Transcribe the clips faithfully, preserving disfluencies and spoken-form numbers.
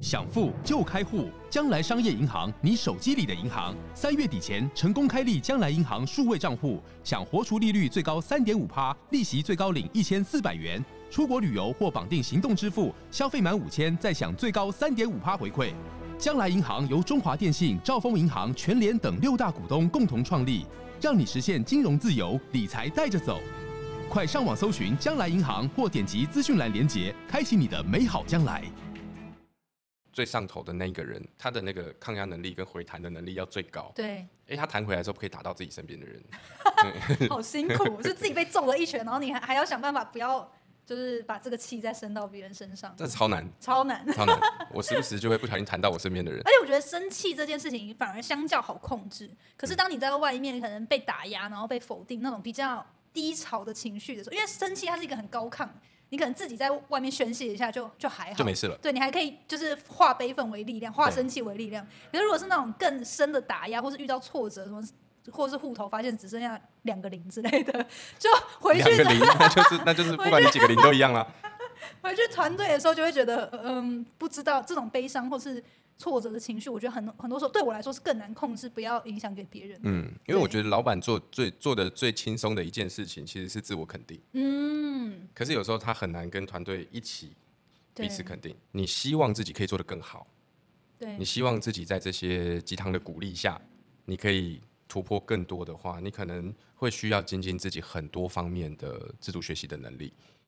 想富就开户，将来商业银行，你手机里的银行。三月底前成功开立将来银行数位账户，享活储利率最高 百分之三点五， 利息最高领一千四百元。出国旅游或绑定行动支付，消费满五千再享最高 百分之三点五 回馈。将来银行由中华电信、兆丰银行、全联等六大股东共同创立，让你实现金融自由，理财带着走。快上网搜寻将来银行，或点击资讯栏连结，开启你的美好将来。 最上头的那个人，他的那个抗压能力跟回弹的能力要最高。 对， 哎，他弹回来的时候不可以打到自己身边的人， 好辛苦，是自己被揍了一拳，然后你还还要想办法不要，就是把这个气再生到别人身上， 这超难， 超难， 超难。我时不时就会不小心弹到我身边的人。 而且我觉得生气这件事情反而相较好控制，可是当你在外面可能被打压，然后被否定那种比较低潮的情绪的时候，因为生气它是一个很高亢。你可能自己在外面宣泄一下就就还好， 就没事了。 对，你还可以就是化悲愤为力量，化生气为力量。可是如果是那种更深的打压，或是遇到挫折什么，或是户头发现只剩下两个零之类的，就回去两个零，那就是那就是不管你几个零都一样啦。 回去团队的时候就会觉得，嗯，不知道这种悲伤或是挫折的情绪，我觉得很很多时候对我来说是更难控制，不要影响给别人。 嗯，因为我觉得老板做最做的最轻松的一件事情，其实是自我肯定。嗯，可是有时候他很难跟团队一起彼此肯定。你希望自己可以做得更好， 对， 你希望自己在这些鸡汤的鼓励下，你可以突破更多的话，你可能会需要精进自己很多方面的自主学习的能力。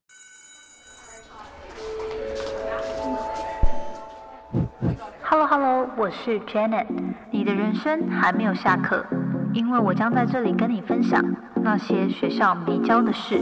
Hello Hello， 我是 Janet。你的人生还没有下课，因为我将在这里跟你分享那些学校没教的事。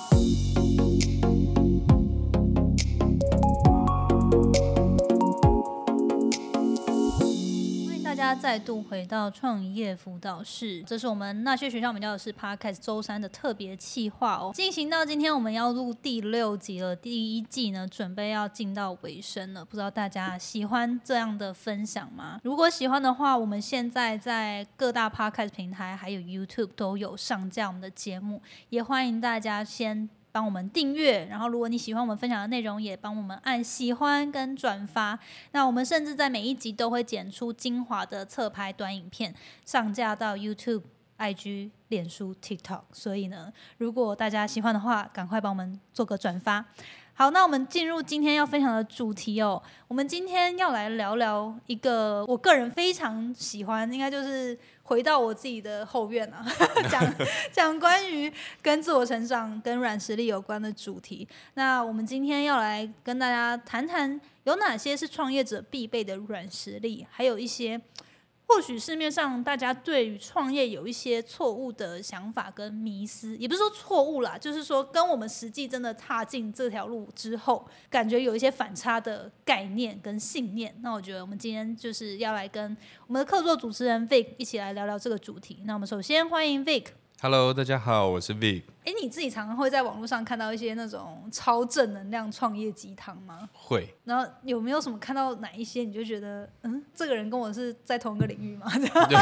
大家再度回到创业辅导室，这是我们那些学校没教的事 Podcast 周三的特别企划哦。进行到今天我们要录第六集了，第一季呢准备要进到尾声了，不知道大家喜欢这样的分享吗？如果喜欢的话，我们现在在各大 Podcast 平台还有 YouTube 都有上架我们的节目，也欢迎大家先帮我们订阅，然后如果你喜欢我们分享的内容，也帮我们按喜欢跟转发。那我们甚至在每一集都会剪出精华的侧拍短影片，上架到 YouTube、I G、脸书、TikTok。所以呢，如果大家喜欢的话，赶快帮我们做个转发。好，那我们进入今天要分享的主题哦。我们今天要来聊聊一个我个人非常喜欢，应该就是回到我自己的后院啊，讲讲关于跟自我成长、跟软实力有关的主题。那我们今天要来跟大家谈谈，有哪些是创业者必备的软实力，还有一些或许市面上大家对于创业有一些错误的想法跟迷思，也不是说错误啦，就是说跟我们实际真的踏进这条路之后，感觉有一些反差的概念跟信念。那我觉得我们今天就是要来跟我们的客座主持人 Vic 一起来聊聊这个主题。那我们首先欢迎 Vic。Hello， 大家好，我是 Vic。 哎，你自己常常会在网络上看到一些那种超正能量创业鸡汤吗？ 会。 然后有没有什么看到哪一些你就觉得，嗯，这个人跟我是在同一个领域吗？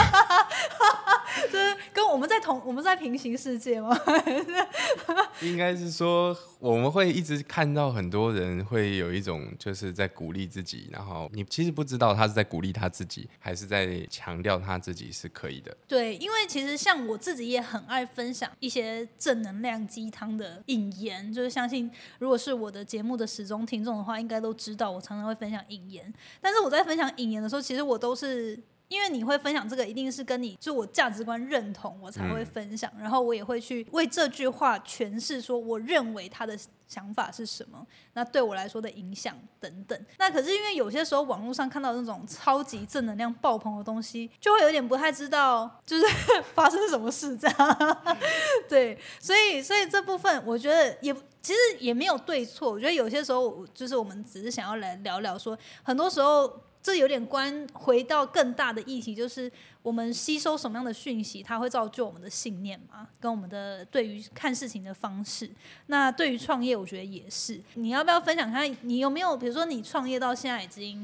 就是跟我们在同我们在平行世界吗？ 应该是说我们会一直看到很多人会有一种就是在鼓励自己，然后你其实不知道他是在鼓励他自己，还是在强调他自己是可以的。 对，因为其实像我自己也很爱分享一些正能量鸡汤的引言，就是相信如果是我的节目的始终听众的话，应该都知道我常常会分享引言。但是我在分享引言的时候，其实我都是因为你会分享这个，一定是跟你就我价值观认同，我才会分享、嗯、然后我也会去为这句话诠释说我认为他的想法是什么，那对我来说的影响等等。那可是因为有些时候网络上看到那种超级正能量爆棚的东西，就会有点不太知道就是发生什么事这样对，所以所以这部分我觉得也其实也没有对错，我觉得有些时候就是我们只是想要来聊聊说，很多时候这有点关回到更大的议题，就是我们吸收什么样的讯息，它会造就我们的信念嘛，跟我们的对于看事情的方式。那对于创业，我觉得也是。你要不要分享看，你有没有，比如说你创业到现在已经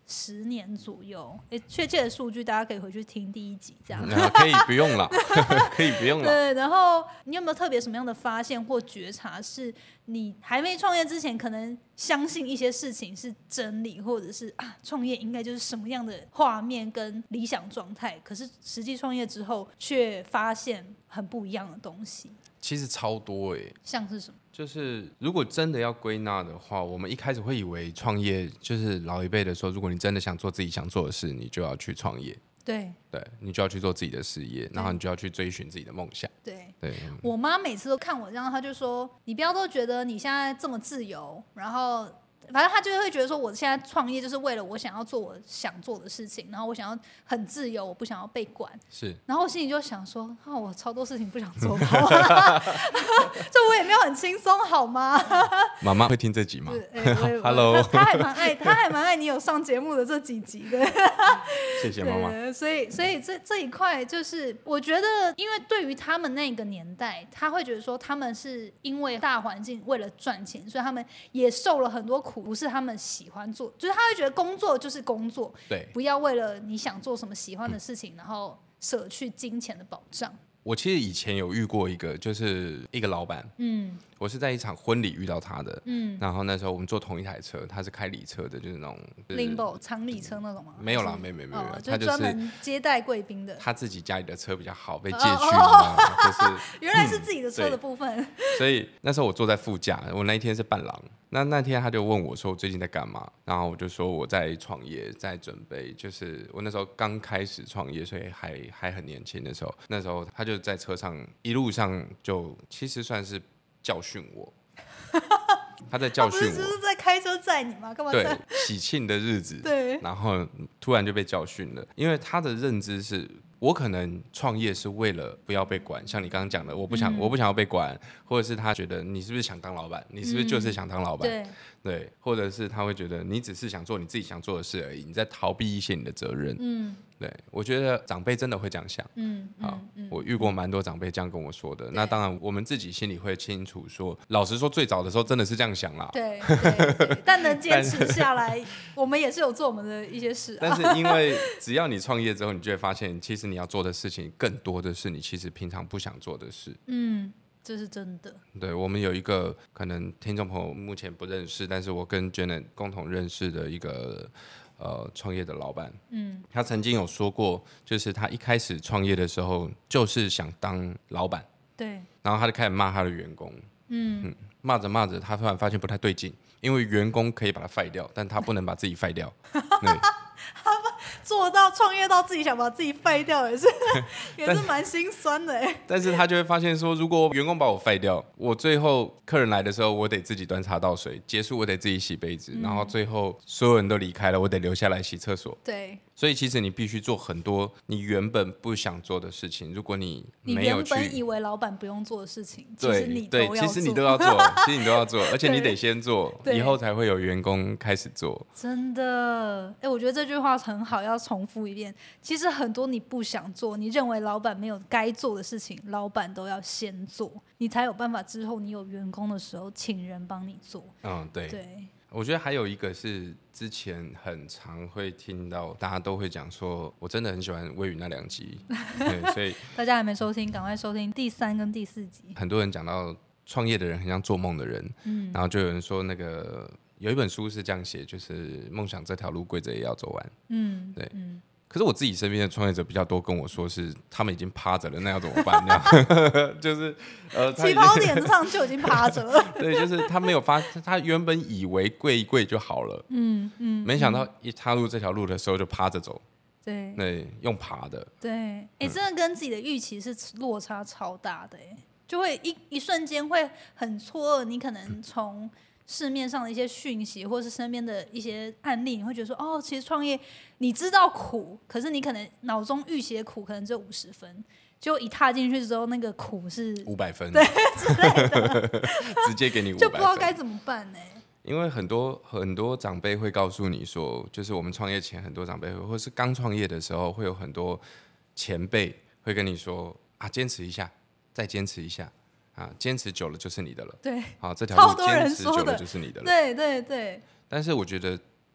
十年左右，哎，确切的数据大家可以回去听第一集，这样、 嗯、可以不用了，可以不用了。 对，然后你有没有特别什么样的发现或觉察，是你还没创业之前可能相信一些事情是真理，或者是啊创业应该就是什么样的画面跟理想状态，可是实际创业之后却发现很不一样的东西？ 其实超多哎、欸， 像是什么？ 就是如果真的要归纳的话，我们一开始会以为创业就是老一辈的说，如果你真的想做自己想做的事，你就要去创业。 对， 对，你就要去做自己的事业，然后你就要去追寻自己的梦想。 对， 对， 我妈每次都看我这样，她就说：“你不要都觉得你现在这么自由，然后。”反正他就会觉得说，我现在创业就是为了我想要做我想做的事情，然后我想要很自由，我不想要被管。 是， 然后我心里就想说，啊，我超多事情不想做，好吗？这我也没有很轻松，好吗？ 妈妈会听这集吗？ 欸、Hello， 他, 他还蛮爱，他还蛮爱你有上节目的这几集的。 谢谢妈妈。 所以，所以这这一块就是，我觉得，因为对于他们那个年代，他会觉得说，他们是因为大环境为了赚钱，所以他们也受了很多苦。不是他们喜欢做，就是他会觉得工作就是工作， 对， 不要为了你想做什么喜欢的事情，嗯、然后舍去金钱的保障。 我其实以前有遇过一个，就是一个老板，嗯，我是在一场婚礼遇到他的，嗯，然后那时候我们坐同一台车，他是开礼车的，就是那种 Limbo 长礼车那种吗？ 没有啦，没没没有， 哦、 他就专门接待贵宾的。 他自己家里的车比较好，被借去，哦、就是原来是自己的车的部分。 嗯、所以那时候我坐在副驾，我那一天是伴郎。那那天他就问我说我最近在干嘛，然后我就说我在创业，在准备，就是我那时候刚开始创业，所以还还很年轻的时候，那时候他就在车上一路上就其实算是教训我，他在教训我， 他不是就是在开车载你吗？干嘛？ 对，喜庆的日子， 对， 然后突然就被教训了，因为他的认知是。我可能创业是为了不要被管，像你刚刚讲的，我不想、嗯，我不想要被管，或者是他觉得你是不是想当老板，你是不是就是想当老板、嗯，对，对，或者是他会觉得你只是想做你自己想做的事而已，你在逃避一些你的责任，嗯，对，我觉得长辈真的会这样想，嗯，好，嗯、我遇过蛮多长辈这样跟我说的，那当然我们自己心里会清楚说，老实说最早的时候真的是这样想啦， 对，对对但能坚持下来，我们也是有做我们的一些事、啊， 但是因为只要你创业之后，你就会发现其实你要做的事情更多的是你其实平常不想做的事。嗯， 这是真的。 对，我们有一个可能听众朋友目前不认识，但是我跟 Janet 共同认识的一个呃创业的老板。嗯，他曾经有说过，就是他一开始创业的时候就是想当老板。 对。然后他就开始骂他的员工。嗯嗯，骂着骂着，他突然发现不太对劲，因为员工可以把他废掉，但他不能把自己废掉。对。 做到创业到自己想把自己废掉也是也是蛮心酸的哎。 但是他就会发现说，如果员工把我废掉，我最后客人来的时候，我得自己端茶倒水，结束我得自己洗杯子，嗯、然后最后所有人都离开了，我得留下来洗厕所。 对。 所以其实你必须做很多你原本不想做的事情。如果你没有去， 你原本以为老板不用做的事情， 对， 其实你都要做。对，其实你都要做，其实你都要做，而且你得先做，以后才会有员工开始做。 真的，哎，我觉得这句话很好，要重复一遍。其实很多你不想做，你认为老板没有该做的事情，老板都要先做，你才有办法之后你有员工的时候，请人帮你做。 嗯，对。 对。 我觉得还有一个是之前很常会听到，大家都会讲说，我真的很喜欢魏宇那两集，对，所以大家还没收听，赶快收听第三跟第四集。 很多人讲到创业的人很像做梦的人，嗯，然后就有人说那个有一本书是这样写，就是梦想这条路跪着也要走完，嗯，对，嗯。可是我自己身边的创业者比较多跟我说是他们已经趴着了，那要怎么办？那样就是呃， 起跑点上就已经趴着了。 对，就是他没有发，他原本以为跪一跪就好了，嗯嗯，没想到一踏入这条路的时候就趴着走。 对， 对，用爬的。 对，哎、欸，真的跟自己的预期是落差超大的，哎，就会一一瞬间会很错愕。你可能从市面上的一些讯息，或是身边的一些案例，你会觉得说，哦，其实创业你知道苦，可是你可能脑中预期的苦可能只有五十分，就一踏进去之后，那个苦是五百分， 对之类的， 直接给你五百分， 就不知道该怎么办呢？ 因为很多很多长辈会告诉你说，就是我们创业前，很多长辈或是刚创业的时候，会有很多前辈会跟你说啊，坚持一下，再坚持一下。啊，坚持久了就是你的了。 对， 好，这条路坚持久了就是你的了。 对对对。 但是我觉得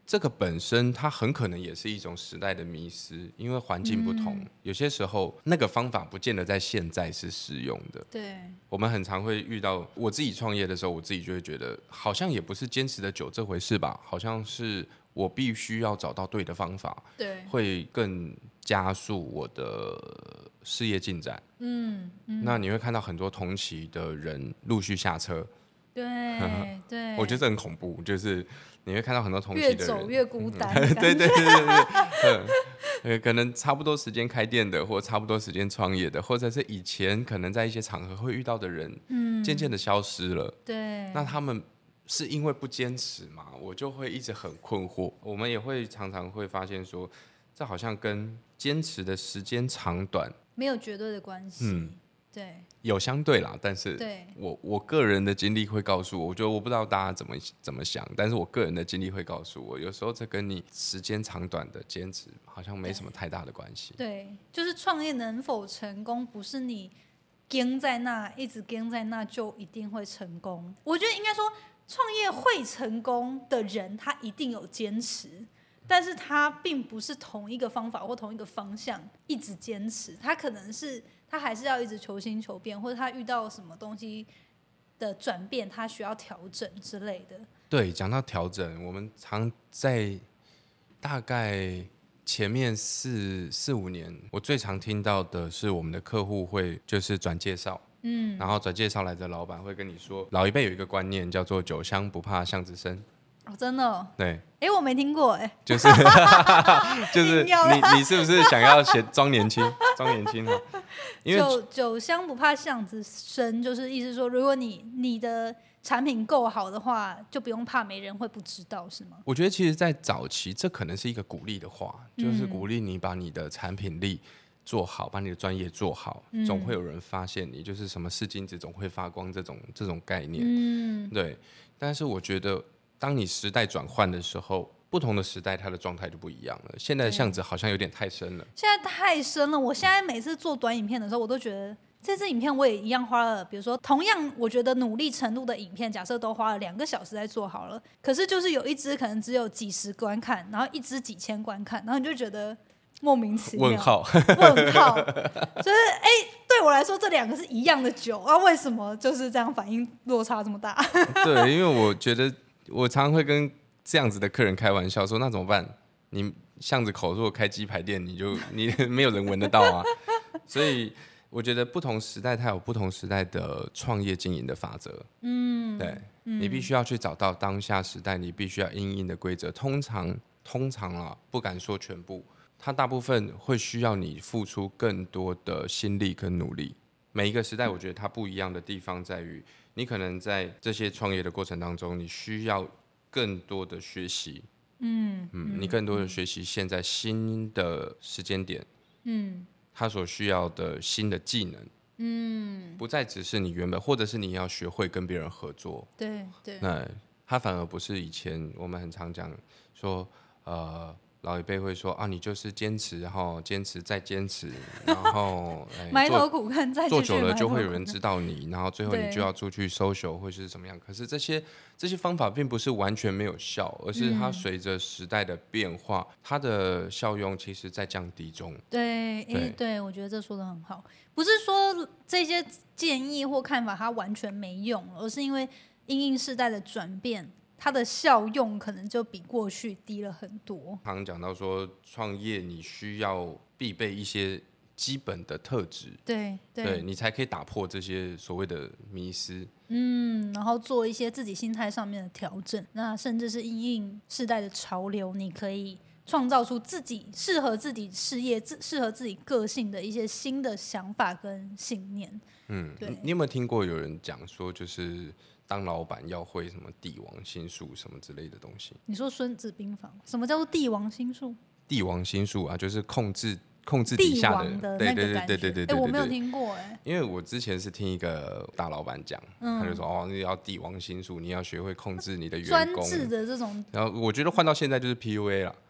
这个本身它很可能也是一种时代的迷失，因为环境不同、嗯、有些时候那个方法不见得在现在是适用的。 对， 我们很常会遇到，我自己创业的时候，我自己就会觉得好像也不是坚持的久这回事吧，好像是我必须要找到对的方法， 对， 会更加速我的事业进展。 嗯, 嗯那你会看到很多同期的人陆续下车。 对对， 我觉得这很恐怖，就是你会看到很多同期的人越走越孤单对对对对对对，可能差不多时间开店的，或差不多时间创业的，或者是以前可能在一些场合会遇到的人，嗯，渐渐的消失了。 对， 那他们是因为不坚持嘛？我就会一直很困惑。我们也会常常会发现说，这好像跟坚持的时间长短没有绝对的关系。嗯，对。 有相对啦，但是我我个人的经历会告诉我，我觉得我不知道大家怎么怎么想，但是我个人的经历会告诉我，有时候这跟你时间长短的坚持好像没什么太大的关系。 对，就是创业能否成功，不是你跟在那一直跟在那就一定会成功。我觉得应该说，创业会成功的人，他一定有坚持。但是他并不是同一个方法或同一个方向一直坚持，他可能是他还是要一直求新求变，或者他遇到什么东西的转变，他需要调整之类的。 对，讲到调整，我们常在大概前面四四五年，我最常听到的是我们的客户会就是转介绍，嗯，然后转介绍来的老板会跟你说，老一辈有一个观念叫做酒香不怕巷子深。 哦，真的、哦？ 对， 哎，我没听过哎， 就是就是你你是不是想要写装年轻，装年轻哈？因为酒酒香不怕巷子深，就是意思说，如果你你的产品够好的话，就不用怕没人会不知道，是吗？ 我觉得其实，在早期，这可能是一个鼓励的话，就是鼓励你把你的产品力做好，把你的专业做好，嗯、总会有人发现你，就是什么是金子总会发光这种这种概念。嗯，对。但是我觉得，当你时代转换的时候，不同的时代它的状态就不一样了。现在的巷子好像有点太深了。 现在太深了，我现在每次做短影片的时候，我都觉得这支影片我也一样花了，比如说同样我觉得努力程度的影片，假设都花了两个小时在做好了，可是就是有一支可能只有几十观看，然后一支几千观看，然后你就觉得莫名其妙。 问号， 问号，就是哎、欸，对我来说这两个是一样的酒啊，为什么就是这样反应落差这么大？ 对，因为我觉得我常常会跟这样子的客人开玩笑说，那怎么办？你巷子口如果开鸡排店，你就你没有人闻得到啊。所以我觉得不同时代它有不同时代的创业经营的法则。嗯，对，嗯、你必须要去找到当下时代你必须要因应的规则。通常通常啊，不敢说全部，它大部分会需要你付出更多的心力跟努力。每一个时代，我觉得它不一样的地方在于，你可能在这些创业的过程当中，你需要更多的学习，嗯嗯，你更多的学习现在新的时间点，嗯，他所需要的新的技能，嗯，不再只是你原本，或者是你要学会跟别人合作， 对对， 那他反而不是以前我们很常讲说，呃。老一辈会说啊，你就是坚持，然后坚持再坚持，然后、哎、 埋头苦干，再做久了就会有人知道你，然后最后你就要出去 social 或是怎么样。可是这些这些方法并不是完全没有效，而是它随着时代的变化，嗯、它的效用其实在降低中。 对，对，对，我觉得这说得很好，不是说这些建议或看法它完全没用，而是因为因应世代的转变。它的效用可能就比过去低了很多。 常讲到说，创业你需要必备一些基本的特质， 对 对, 对你才可以打破这些所谓的迷思。 嗯，然后做一些自己心态上面的调整，那甚至是因应世代的潮流，你可以创造出自己适合自己事业、适合自己个性的一些新的想法跟信念。 嗯，对，你有没有听过有人讲说，就是当老板要会什么帝王心术什么之类的东西？ 你说《孙子兵法》？什么叫做帝王心术？ 帝王心术啊，就是控制控制底下的人的对对对对对对对。 哎，我没有听过哎。 因为我之前是听一个大老板讲，嗯、他就说哦，你要帝王心术，你要学会控制你的员工， 专制的这种。 然后我觉得换到现在就是 P U A 了。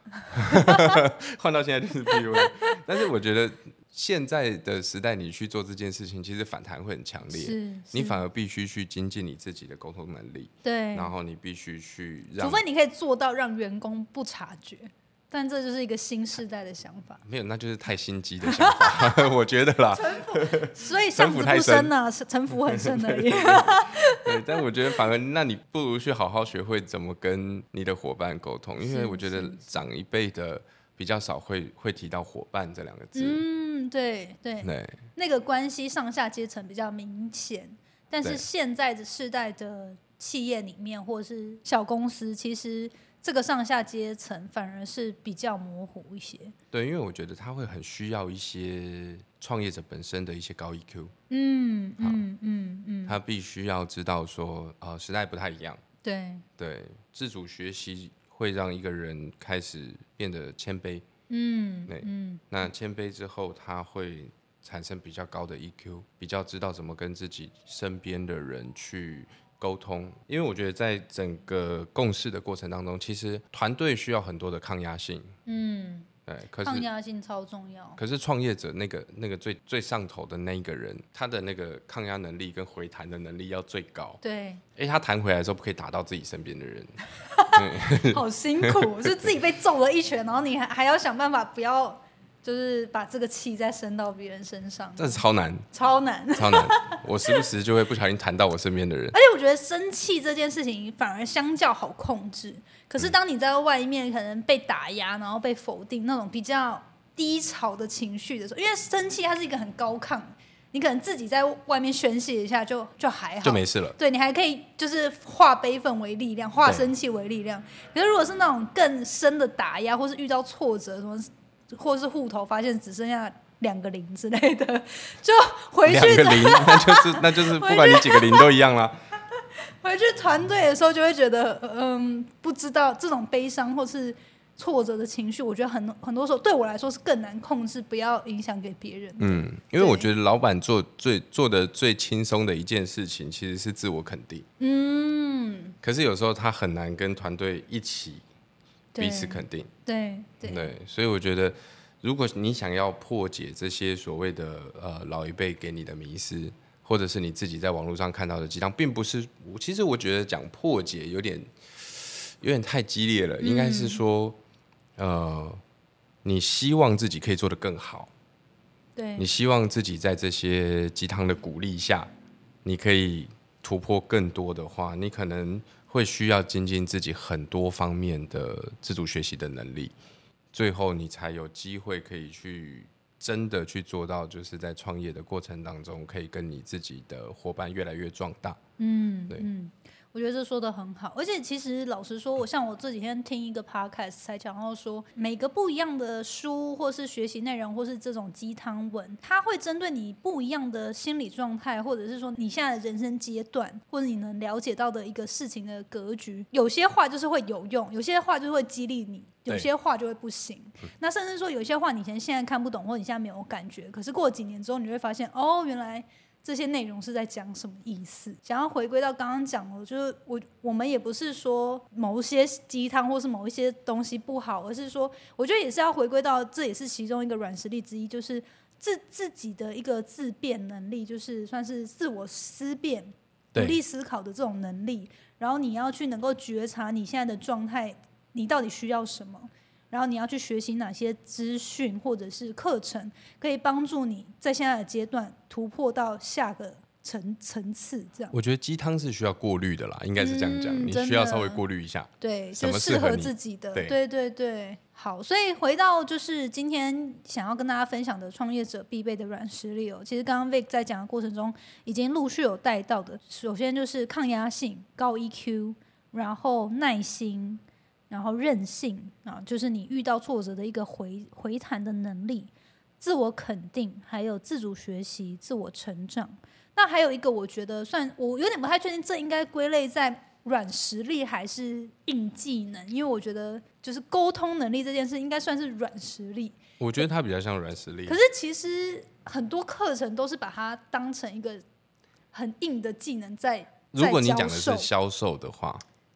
换到现在就是 P U A。但是我觉得现在的时代，你去做这件事情，其实反弹会很强烈。 是是你反而必须去精进你自己的沟通能力。 对， 然后你必须去让， 除非你可以做到让员工不察觉。但这就是一个新世代的想法， 没有，那就是太心机的想法，我觉得啦。 所以巷子不深啊，城府很深而已。 对，但我觉得反而，那你不如去好好学会怎么跟你的伙伴沟通，因为我觉得长一辈的比较少会会提到伙伴这两个字。 嗯，对对对，那个关系上下阶层比较明显，但是现在的世代的企业里面或者是小公司，其实这个上下阶层反而是比较模糊一些。 对，因为我觉得他会很需要一些创业者本身的一些高 E Q。 嗯嗯嗯嗯， 他必须要知道说，呃，时代不太一样。 对对，自主学习会让一个人开始变得谦卑。 嗯， 对， 嗯， 那谦卑之后，他会产生比较高的 E Q， 比较知道怎么跟自己身边的人去沟通。因为我觉得在整个共事的过程当中，其实团队需要很多的抗压性。 嗯， 对，可是抗压性超重要。 可是创业者那个那个最最上头的那一个人，他的那个抗压能力跟回弹的能力要最高。 对， 哎，他弹回来的时候不可以打到自己身边的人。 好辛苦，是自己被揍了一拳，然后你还还要想办法不要，就是把这个气再升到别人身上， 这是超难， 超难， 超难。我时不时就会不小心弹到我身边的人。 而且我觉得生气这件事情反而相较好控制，可是当你在外面可能被打压，然后被否定那种比较低潮的情绪的时候，因为生气它是一个很高亢。你可能自己在外面宣泄一下就就还好， 就没事了。 对，你还可以就是化悲愤为力量，化生气为力量。可是如果是那种更深的打压，或是遇到挫折什么，或是户头发现只剩下两个零之类的，就回去两个零，那就是那就是不管你几个零都一样啦。 回去团队的时候就会觉得，嗯，不知道这种悲伤或是挫折的情绪，我觉得很很多时候对我来说是更难控制，不要影响给别人。 嗯，因为我觉得老板做最做的最轻松的一件事情，其实是自我肯定。嗯，可是有时候他很难跟团队一起彼此肯定。 对 对, 对，所以我觉得，如果你想要破解这些所谓的呃老一辈给你的迷思，或者是你自己在网络上看到的鸡汤，并不是，其实我觉得讲破解有点有点太激烈了，应该是说。呃，你希望自己可以做得更好， 对， 你希望自己在这些鸡汤的鼓励下，你可以突破更多的话，你可能会需要精进自己很多方面的自主学习的能力，最后你才有机会可以去真的去做到，就是在创业的过程当中，可以跟你自己的伙伴越来越壮大。嗯，对。 嗯，我觉得这说的很好，而且其实老实说，我像我这几天听一个 podcast 才讲到说，每个不一样的书或是学习内容或是这种鸡汤文，它会针对你不一样的心理状态，或者是说你现在的人生阶段，或者你能了解到的一个事情的格局，有些话就是会有用，有些话就是会激励你，有些话就会不行。那甚至说有些话你现在看不懂，或者你现在没有感觉，可是过几年之后你会发现，哦，原来这些内容是在讲什么意思。想要回归到刚刚讲的，就是我我们也不是说某一些鸡汤或是某一些东西不好，而是说我觉得也是要回归到，这也是其中一个软实力之一，就是自自己的一个自辩能力，就是算是自我思辨、独立思考的这种能力。然后你要去能够觉察你现在的状态，你到底需要什么，然后你要去学习哪些资讯或者是课程，可以帮助你在现在的阶段突破到下个层层次。这样， 我觉得鸡汤是需要过滤的啦，应该是这样讲、嗯，你需要稍微过滤一下， 对， 什么适合自己的， 对对对对。好，所以回到就是今天想要跟大家分享的创业者必备的软实力哦。其实刚刚 Vic 在讲的过程中已经陆续有带到的，首先就是抗压性、高 E Q， 然后耐心。然后韧性啊，就是你遇到挫折的一个回回弹的能力，自我肯定，还有自主学习、自我成长。那还有一个，我觉得算我有点不太确定，这应该归类在软实力还是硬技能？因为我觉得就是沟通能力这件事应该算是软实力。 我觉得它比较像软实力。 可是其实很多课程都是把它当成一个很硬的技能在。 如果你讲的是销售的话。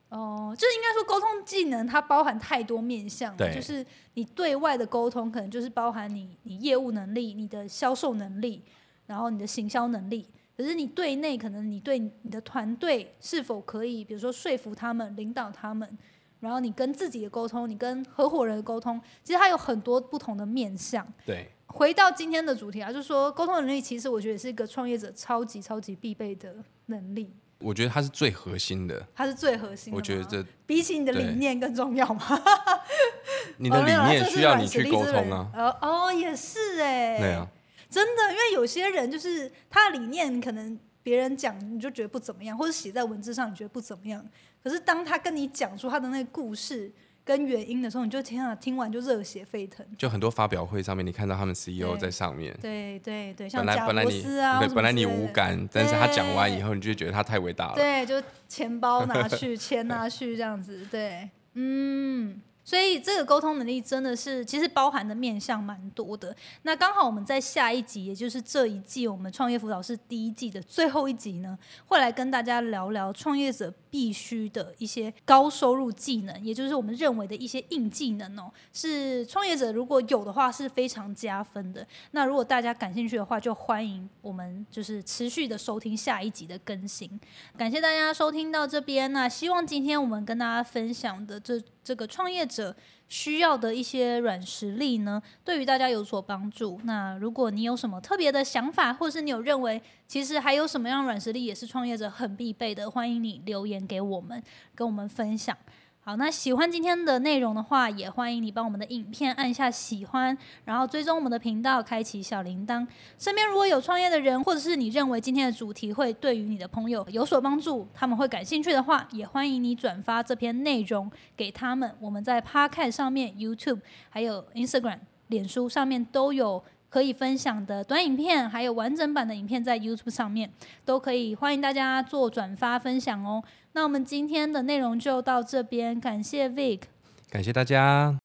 哦，就是应该说沟通技能它包含太多面向了，就是你对外的沟通可能就是包含你你业务能力、你的销售能力，然后你的行销能力。可是你对内可能你对你的团队是否可以，比如说说服他们、领导他们，然后你跟自己的沟通，你跟合伙人的沟通，其实它有很多不同的面向。 对。 回到今天的主题啊，就是说沟通能力，其实我觉得是一个创业者超级超级必备的能力。 我觉得它是最核心的， 它是最核心的。 我觉得这比起你的理念更重要吗？ 你的理念需要你去沟通啊。 哦, 哦，也是哎、欸， 对啊， 真的，因为有些人就是他的理念可能别人讲你就觉得不怎么样，或者写在文字上你觉得不怎么样，可是当他跟你讲出他的那个故事跟原因的时候，你就天啊，听完就热血沸腾。 就很多发表会上面，你看到他们 C E O 在上面， 对对对，像贾伯斯啊， 本来本来你无感，但是他讲完以后，你就觉得他太伟大了。 对，就钱包拿去，钱拿去这样子，对，嗯。所以这个沟通能力真的是其实包含的面向蛮多的。那刚好我们在下一集，也就是这一季我们创业辅导室第一季的最后一集呢，会来跟大家聊聊创业者必须的一些高收入技能，也就是我们认为的一些硬技能哦，是创业者如果有的话是非常加分的。那如果大家感兴趣的话，就欢迎我们就是持续的收听下一集的更新。感谢大家收听到这边，那希望今天我们跟大家分享的这这个创业者需要的一些软实力呢，对于大家有所帮助。那如果你有什么特别的想法，或是你有认为其实还有什么样软实力也是创业者很必备的，欢迎你留言给我们，跟我们分享。好，那喜欢今天的内容的话，也欢迎你帮我们的影片按下喜欢，然后追踪我们的频道，开启小铃铛。身边如果有创业的人，或者是你认为今天的主题会对于你的朋友有所帮助，他们会感兴趣的话，也欢迎你转发这篇内容给他们。我们在 Podcast 上面、YouTube 还有 Instagram、脸书上面都有可以分享的短影片，还有完整版的影片在 YouTube 上面都可以，欢迎大家做转发分享哦。那我们今天的内容就到这边，感谢 Vic， 感谢大家。